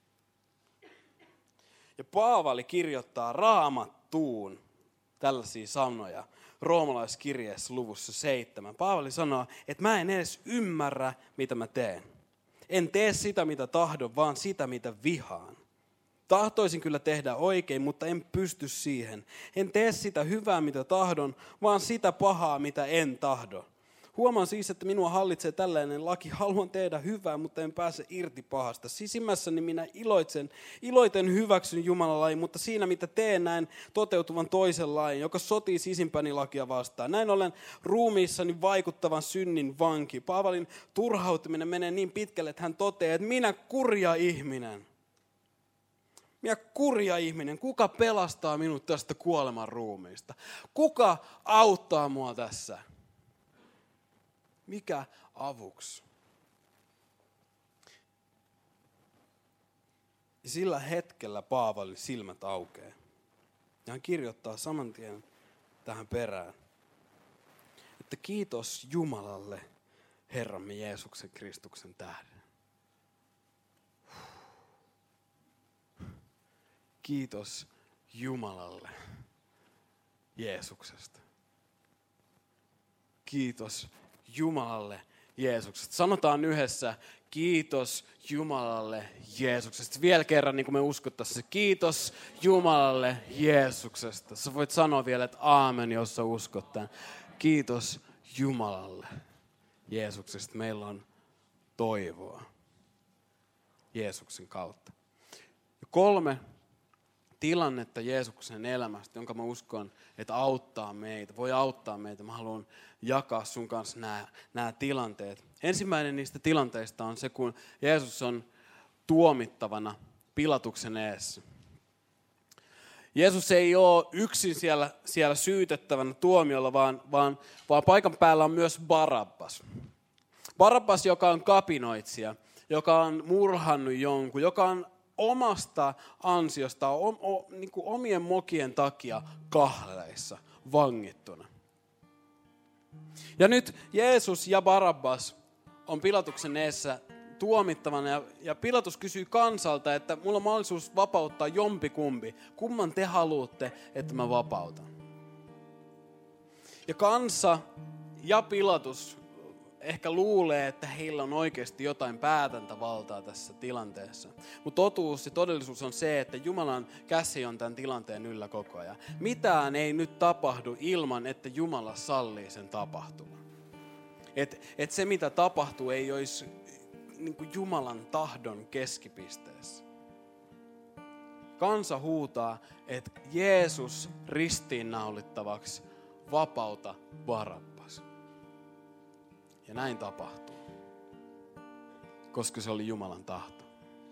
Ja Paavali kirjoittaa Raamattuun tällaisia sanoja roomalaiskirjeessä luvussa seitsemän. Paavali sanoo, että mä en edes ymmärrä, mitä mä teen. En tee sitä, mitä tahdon, vaan sitä, mitä vihaan. Tahtoisin kyllä tehdä oikein, mutta en pysty siihen. En tee sitä hyvää, mitä tahdon, vaan sitä pahaa, mitä en tahdo. Huomaan siis, että minua hallitsee tällainen laki. Haluan tehdä hyvää, mutta en pääse irti pahasta. Sisimmässäni minä iloitsen, iloiten hyväksyn Jumalan lain, mutta siinä mitä teen näin toteutuvan toisen lain, joka sotii sisimpäni lakia vastaan. Näin ollen ruumiissani vaikuttavan synnin vanki. Paavalin turhautuminen menee niin pitkälle, että hän toteaa, että minä kurja ihminen. Minä kurja ihminen, kuka pelastaa minut tästä kuoleman ruumiista? Kuka auttaa mua tässä? Mikä avuksi? Ja sillä hetkellä Paavalin silmät aukeaa. Ja hän kirjoittaa saman tien tähän perään, että kiitos Jumalalle, Herramme Jeesuksen Kristuksen tähden. Kiitos Jumalalle Jeesuksesta. Kiitos Jumalalle Jeesuksesta. Sanotaan yhdessä, kiitos Jumalalle Jeesuksesta. Vielä kerran, niin kuin me uskottaisiin, kiitos Jumalalle Jeesuksesta. Sä voit sanoa vielä, että aamen, jos sä uskot tämän. Kiitos Jumalalle Jeesuksesta. Meillä on toivoa Jeesuksen kautta. Ja kolme tilannetta Jeesuksen elämästä, jonka mä uskon, että auttaa meitä, voi auttaa meitä. Mä haluan jakaa sun kanssa nämä, nämä tilanteet. Ensimmäinen niistä tilanteista on se, kun Jeesus on tuomittavana Pilatuksen edessä. Jeesus ei ole yksin siellä, siellä syytettävänä tuomiolla, vaan, vaan, vaan paikan päällä on myös Barabbas. Barabbas, joka on kapinoitsija, joka on murhannut jonkun, joka on omasta ansiosta, om, o, niin kuin omien mokien takia kahleissa, vangittuna. Ja nyt Jeesus ja Barabbas on Pilatuksen edessä tuomittavana, ja, ja Pilatus kysyy kansalta, että mulla on mahdollisuus vapauttaa jompikumpi. Kumman te haluatte, että mä vapautan? Ja kansa ja Pilatus ehkä luulee, että heillä on oikeasti jotain päätäntävaltaa tässä tilanteessa. Mutta totuus ja todellisuus on se, että Jumalan käsi on tämän tilanteen yllä koko ajan. Mitään ei nyt tapahdu ilman, että Jumala sallii sen tapahtuman. Että et se, mitä tapahtuu, ei olisi niin kuin Jumalan tahdon keskipisteessä. Kansa huutaa, että Jeesus ristiinnaulittavaksi, vapauta Barabbas. Ja näin tapahtuu, koska se oli Jumalan tahto.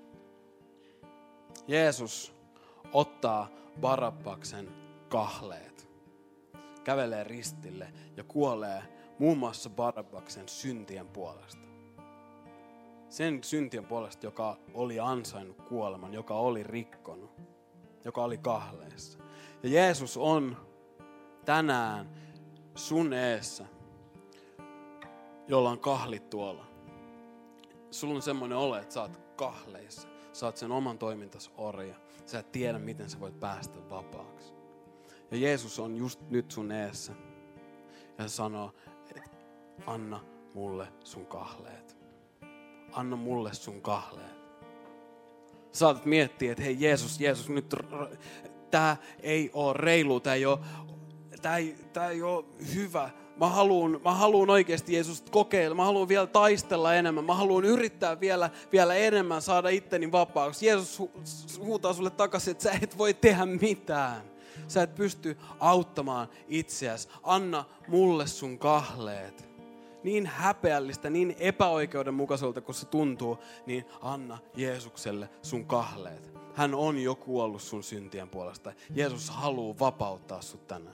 Jeesus ottaa Barabbaksen kahleet, kävelee ristille ja kuolee muun muassa Barabbaksen syntien puolesta. Sen syntien puolesta, joka oli ansainnut kuoleman, joka oli rikkonut, joka oli kahleessa. Ja Jeesus on tänään sun eessä, jolla on kahlit tuolla. Sulla on semmoinen olo, että sä oot kahleissa. Sä oot sen oman toimintas orja. Sä et tiedä, miten sä voit päästä vapaaksi. Ja Jeesus on just nyt sun eessä. Ja se sanoo, että anna mulle sun kahleet. Anna mulle sun kahleet. Saatat miettiä, että hei Jeesus, Jeesus, nyt r- tää ei ole reilu, tää ei ole, tää ei, tää ei ole hyvä. Mä haluun, mä haluun oikeasti Jeesus kokeilla, mä haluun vielä taistella enemmän, mä haluun yrittää vielä, vielä enemmän saada itteni vapaaksi. Jeesus hu- huutaa sulle takaisin, että sä et voi tehdä mitään. Sä et pysty auttamaan itseäsi. Anna mulle sun kahleet. Niin häpeällistä, niin epäoikeudenmukaiselta kuin se tuntuu, niin anna Jeesukselle sun kahleet. Hän on jo kuollut sun syntien puolesta. Jeesus haluaa vapauttaa sut tänään.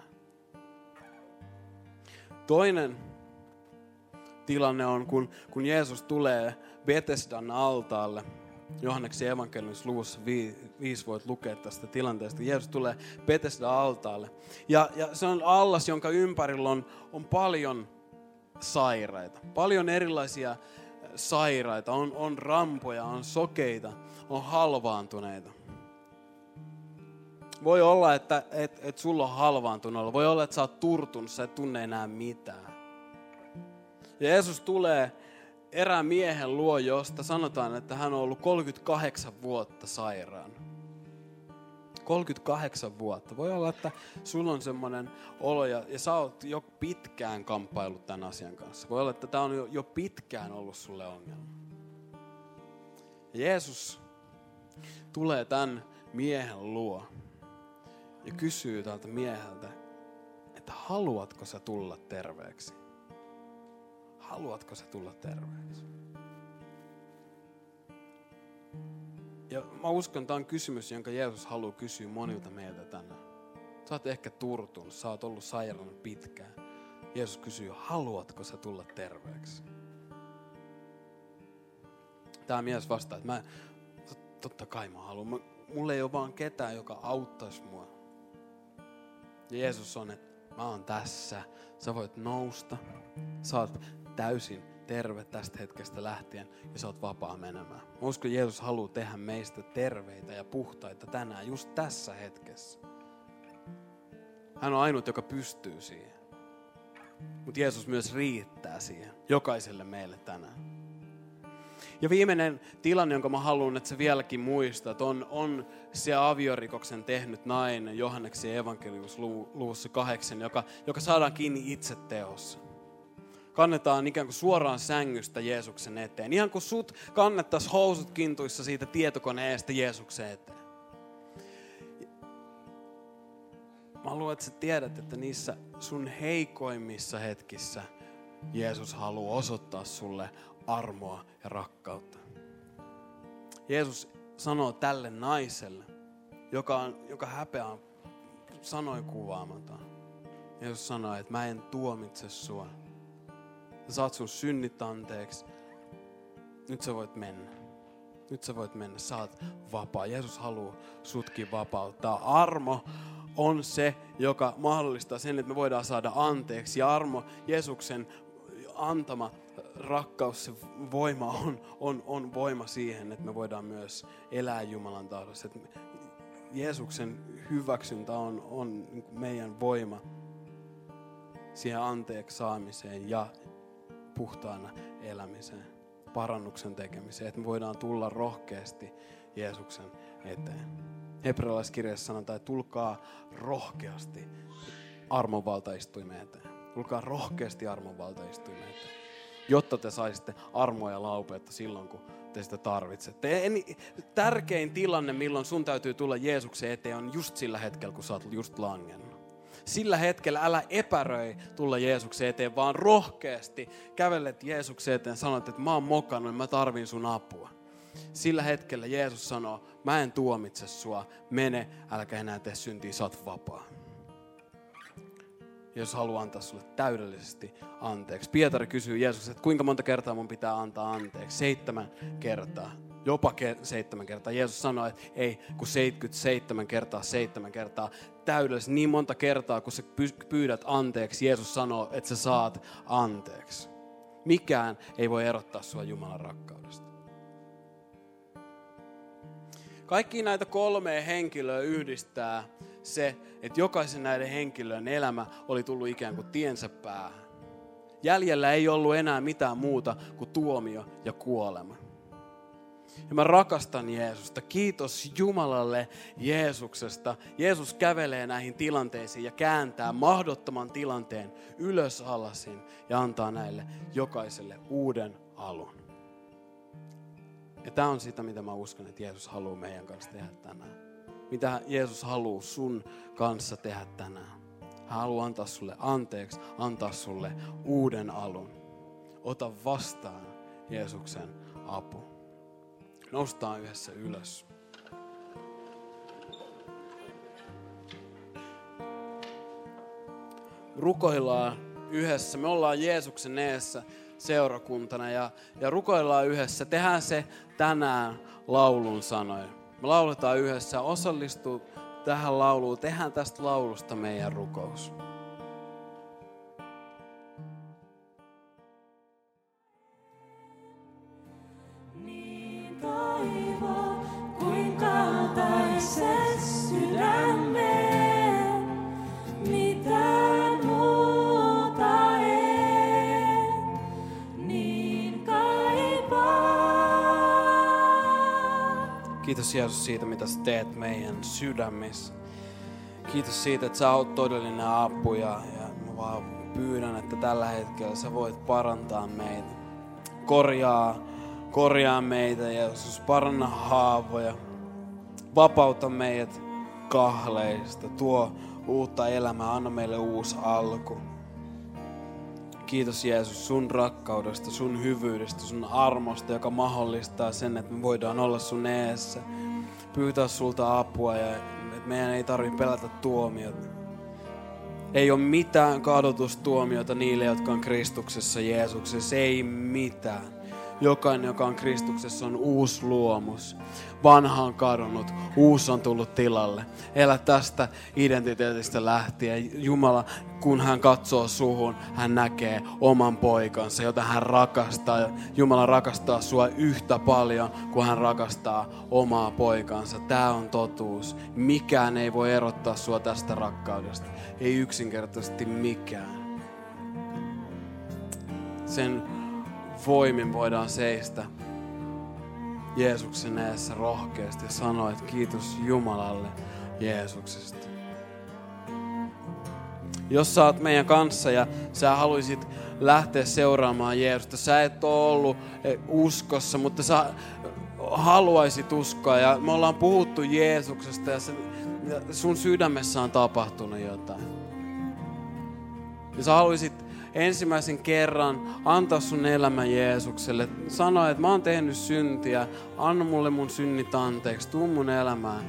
Toinen tilanne on, kun, kun Jeesus tulee Betesdan altaalle. Johanneksen evankeliumissa luvussa viisi voit lukea tästä tilanteesta. Jeesus tulee Betesdan altaalle. Ja, ja se on allas, jonka ympärillä on, on paljon sairaita. Paljon erilaisia sairaita. On, on rampoja, on sokeita, on halvaantuneita. Voi olla, että et, et sulla on halvaantunut. Voi olla, että sä oot turtunut, sä et tunne enää mitään. Ja Jeesus tulee erään miehen luo, josta sanotaan, että hän on ollut kolmekymmentäkahdeksan vuotta sairaana. kolmekymmentäkahdeksan vuotta. Voi olla, että sulla on semmoinen olo ja, ja sä oot jo pitkään kamppailut tämän asian kanssa. Voi olla, että tämä on jo, jo pitkään ollut sulle ongelma. Ja Jeesus tulee tämän miehen luo ja kysyy tältä mieheltä, että haluatko sä tulla terveeksi? Haluatko sä tulla terveeksi? Ja mä uskon, että tämä on kysymys, jonka Jeesus haluaa kysyä monilta meiltä tänään. Sä oot ehkä turtunut, sä oot ollut sairaana pitkään. Jeesus kysyy, haluatko sä tulla terveeksi? Tämä mies vastaa, että mä, totta kai mä haluan. Mä, mulla ei ole vaan ketään, joka auttaisi mua. Ja Jeesus on, että mä oon tässä. Sä voit nousta. Sä oot täysin terve tästä hetkestä lähtien ja sä oot vapaa menemään. Mä uskon, että Jeesus haluaa tehdä meistä terveitä ja puhtaita tänään, just tässä hetkessä. Hän on ainut, joka pystyy siihen. Mutta Jeesus myös riittää siihen, jokaiselle meille tänään. Ja viimeinen tilanne, jonka mä haluan, että sä vieläkin muistat, on, on se aviorikoksen tehnyt nainen Johanneksen evankeliumissa luvussa kahdeksan, joka, joka saadaan kiinni itseteossa. Kannetaan ikään kuin suoraan sängystä Jeesuksen eteen. Ihan kuin sut kannettaisiin housut kintuissa siitä tietokoneesta Jeesuksen eteen. Mä haluan, että sä tiedät, että niissä sun heikoimmissa hetkissä Jeesus haluaa osoittaa sulle armoa ja rakkautta. Jeesus sanoo tälle naiselle, joka, on, joka häpeä on sanoin kuvaamaton. Jeesus sanoo, että mä en tuomitse sua. Sä saat sun synnit anteeksi. Nyt sä voit mennä. Nyt sä voit mennä. Sä oot vapaa. Jeesus haluaa sutkin vapauttaa. Armo on se, joka mahdollistaa sen, että me voidaan saada anteeksi. Ja armo, Jeesuksen antama rakkaus, se voima on, on, on voima siihen, että me voidaan myös elää Jumalan tahdossa. Että Jeesuksen hyväksyntä on, on meidän voima siihen anteeksi saamiseen ja puhtaana elämiseen, parannuksen tekemiseen, että me voidaan tulla rohkeasti Jeesuksen eteen. Hebrealaiskirjassa sanotaan, että tulkaa rohkeasti armonvaltaistuimeen eteen. Tulkaa rohkeasti armonvaltaistuimeen eteen, jotta te saisitte armoa ja laupeutta silloin, kun te sitä tarvitsette. Tärkein tilanne, milloin sun täytyy tulla Jeesuksen eteen, on just sillä hetkellä, kun sä oot just langennut. Sillä hetkellä älä epäröi tulla Jeesuksen eteen, vaan rohkeasti kävelet Jeesuksen eteen, sanot, että mä oon mokannut, mä tarvin sun apua. Sillä hetkellä Jeesus sanoo, mä en tuomitse sua, mene, älkä enää tee syntiä, sä oot vapaa. Jeesus haluaa antaa sulle täydellisesti anteeksi. Pietari kysyy Jeesus, että kuinka monta kertaa mun pitää antaa anteeksi? Seitsemän kertaa. jopa ke- seitsemän kertaa. Jeesus sanoi, että ei, kun seitsemänkymmentäseitsemän kertaa, seitsemän kertaa, täydellisesti niin monta kertaa, kun sä pyydät anteeksi, Jeesus sanoo, että sä saat anteeksi. Mikään ei voi erottaa sua Jumalan rakkaudesta. Kaikki näitä kolmea henkilöä yhdistää se, että jokaisen näiden henkilöiden elämä oli tullut ikään kuin tiensä päähän. Jäljellä ei ollut enää mitään muuta kuin tuomio ja kuolema. Ja mä rakastan Jeesusta. Kiitos Jumalalle Jeesuksesta. Jeesus kävelee näihin tilanteisiin ja kääntää mahdottoman tilanteen ylös alasin ja antaa näille jokaiselle uuden alun. Ja tämä on sitä, mitä mä uskon, että Jeesus haluaa meidän kanssa tehdä tänään. Mitä Jeesus haluaa sun kanssa tehdä tänään. Hän haluaa antaa sulle anteeksi, antaa sulle uuden alun. Ota vastaan Jeesuksen apu. Noustaan yhdessä ylös. Rukoillaan yhdessä. Me ollaan Jeesuksen eessä seurakuntana ja, ja rukoillaan yhdessä. Tehdään se tänään laulun sanoin. Me lauletaan yhdessä. Osallistu tähän lauluun. Tehdään tästä laulusta meidän rukous. Kiitos Jeesus siitä, mitä sä teet meidän sydämissä. Kiitos siitä, että sä oot todellinen apu ja, ja mä vaan pyydän, että tällä hetkellä sä voit parantaa meitä. Korjaa, korjaa meitä Jeesus, paranna haavoja. Vapauta meidät kahleista, tuo uutta elämää, anna meille uusi alku. Kiitos Jeesus sun rakkaudesta, sun hyvyydestä, sun armosta, joka mahdollistaa sen, että me voidaan olla sun eessä. Pyytää sulta apua ja että meidän ei tarvitse pelätä tuomiota. Ei ole mitään kadotustuomiota niille, jotka on Kristuksessa Jeesuksessa. Ei mitään. Jokainen, joka on Kristuksessa, on uusi luomus. Vanha on kadonnut, uusi on tullut tilalle. Elä tästä identiteetistä lähtien. Jumala, kun hän katsoo suhun, hän näkee oman poikansa, jota hän rakastaa. Jumala rakastaa sua yhtä paljon, kuin hän rakastaa omaa poikansa. Tämä on totuus. Mikään ei voi erottaa sua tästä rakkaudesta. Ei yksinkertaisesti mikään. Sen voimin voidaan seistä Jeesuksen edessä rohkeasti ja sanoa, että kiitos Jumalalle Jeesuksesta. Jos sä oot meidän kanssa ja sä haluaisit lähteä seuraamaan Jeesusta, sä et ole ollut uskossa, mutta sä haluaisit uskoa ja me ollaan puhuttu Jeesuksesta ja sun sydämessä on tapahtunut jotain. Ja sä haluaisit ensimmäisen kerran antaa sun elämä Jeesukselle. Sano, että mä oon tehnyt syntiä. Anna mulle mun synnit anteeksi. Tuu mun elämään.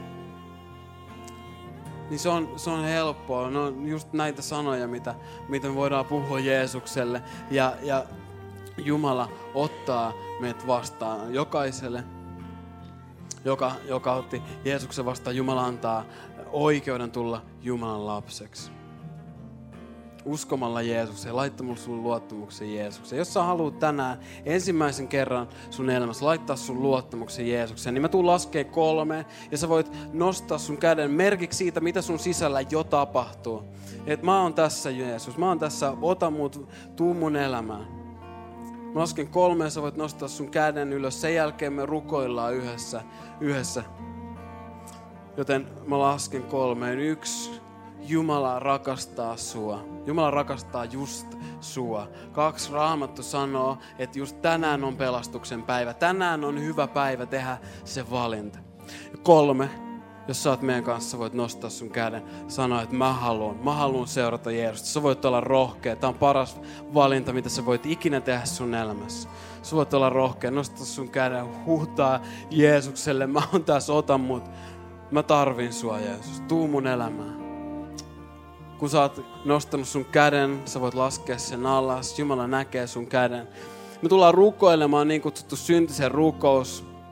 Niin se on, se on helppoa. Ne on just näitä sanoja, mitä, mitä me voidaan puhua Jeesukselle. Ja, ja Jumala ottaa meidät vastaan. Jokaiselle, joka, joka otti Jeesuksen vastaan, Jumala antaa oikeuden tulla Jumalan lapseksi. Uskomalla Jeesukseen, laittamalla sun luottamuksen Jeesukseen. Jos sä haluat tänään ensimmäisen kerran sun elämässä laittaa sun luottamuksen Jeesukseen, niin mä tuun laskee kolme ja sä voit nostaa sun käden merkiksi siitä, mitä sun sisällä jo tapahtuu. Et mä oon tässä Jeesus, mä oon tässä, ota mut, tuu mun elämään. Mä lasken kolme ja sä voit nostaa sun käden ylös. Sen jälkeen me rukoillaan yhdessä. yhdessä. Joten mä lasken kolmeen. Yksi. Jumala rakastaa sua. Jumala rakastaa just sua. Kaksi, Raamattu sanoo, että just tänään on pelastuksen päivä. Tänään on hyvä päivä tehdä se valinta. Ja kolme, jos sä oot meidän kanssa, voit nostaa sun käden. Sanoa, että mä haluan, mä haluan seurata Jeesusta. Sä voit olla rohkea. Tämä on paras valinta, mitä sä voit ikinä tehdä sun elämässä. Sä voit olla rohkea, nostaa sun käden, huutaa Jeesukselle. Mä oon tässä, ota mut. Mä tarvin sua, Jeesus. Tuu mun elämään. Kun sä oot nostanut sun käden, sä voit laskea sen alas. Jumala näkee sun käden. Me tullaan rukoilemaan niin kutsuttu syntisen rukous.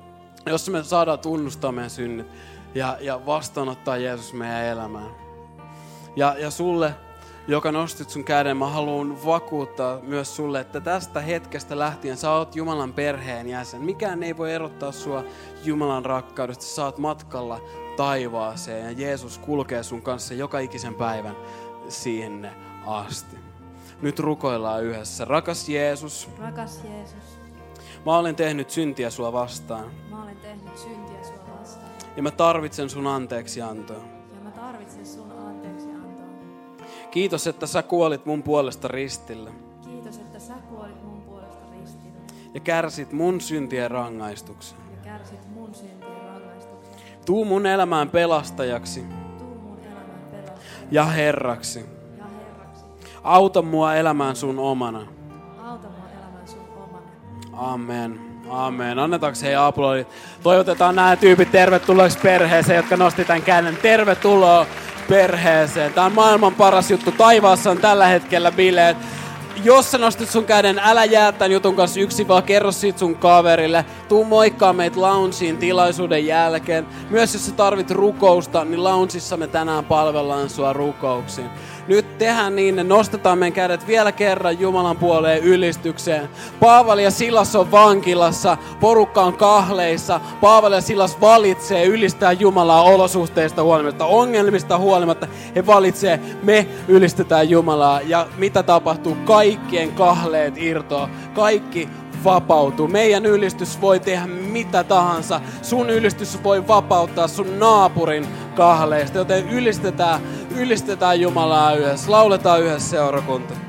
Jos me saadaan tunnustaa meidän synnit ja, ja vastaanottaa Jeesus meidän elämään. Ja, ja sulle, joka nostit sun käden, mä haluan vakuuttaa myös sulle, että tästä hetkestä lähtien sä oot Jumalan perheen jäsen. Mikään ei voi erottaa sua Jumalan rakkaudesta. Sä oot matkalla taivaaseen ja Jeesus kulkee sun kanssa joka ikisen päivän sinne asti. Nyt rukoillaan yhdessä. Rakas Jeesus. Rakas Jeesus. Mä olen tehnyt syntiä sua vastaan. Mä olen tehnyt syntiä sua vastaan. Ja mä tarvitsen sun anteeksiantoa. Ja mä tarvitsen sun anteeksiantoa. Kiitos, että sä kuolit mun puolesta ristillä. Kiitos, että sä kuolit mun puolesta ristillä. Ja kärsit mun syntien rangaistuksen. Ja kärsit mun syntien rangaistuksen. Tuu mun elämään pelastajaksi. Tuu mun elämään pelastajaksi. Ja herraksi. Ja herraksi. Auta mua elämään sun omana. Auta mua elämään sun omana. Amen. Amen. Annetaanko hei aplodit? Toivotetaan nämä tyypit tervetulleeksi perheeseen, jotka nosti tämän käden. Tervetuloa perheeseen. Tämä on maailman paras juttu. Taivaassa on tällä hetkellä bileet. Jos sä nostit sun käden, älä jää tämän jutun kanssa yksin, vaan kerro siitä sun kaverille. Tuu moikkaa meitä loungeen tilaisuuden jälkeen. Myös jos sä tarvit rukousta, niin loungeissa me tänään palvellaan sua rukouksiin. Nyt tehdään niin, että nostetaan meidän kädet vielä kerran Jumalan puoleen ylistykseen. Paavali ja Silas on vankilassa, porukka on kahleissa. Paavali ja Silas valitsee ylistää Jumalaa olosuhteista huolimatta, ongelmista huolimatta. He valitsee, me ylistetään Jumalaa. Ja mitä tapahtuu? Kaikkien kahleet irtoaa. Kaikki vapautuu. Meidän ylistys voi tehdä mitä tahansa. Sun ylistys voi vapauttaa sun naapurin kahleista. Joten ylistetään, ylistetään Jumalaa yhdessä. Lauletaan yhdessä seurakunta.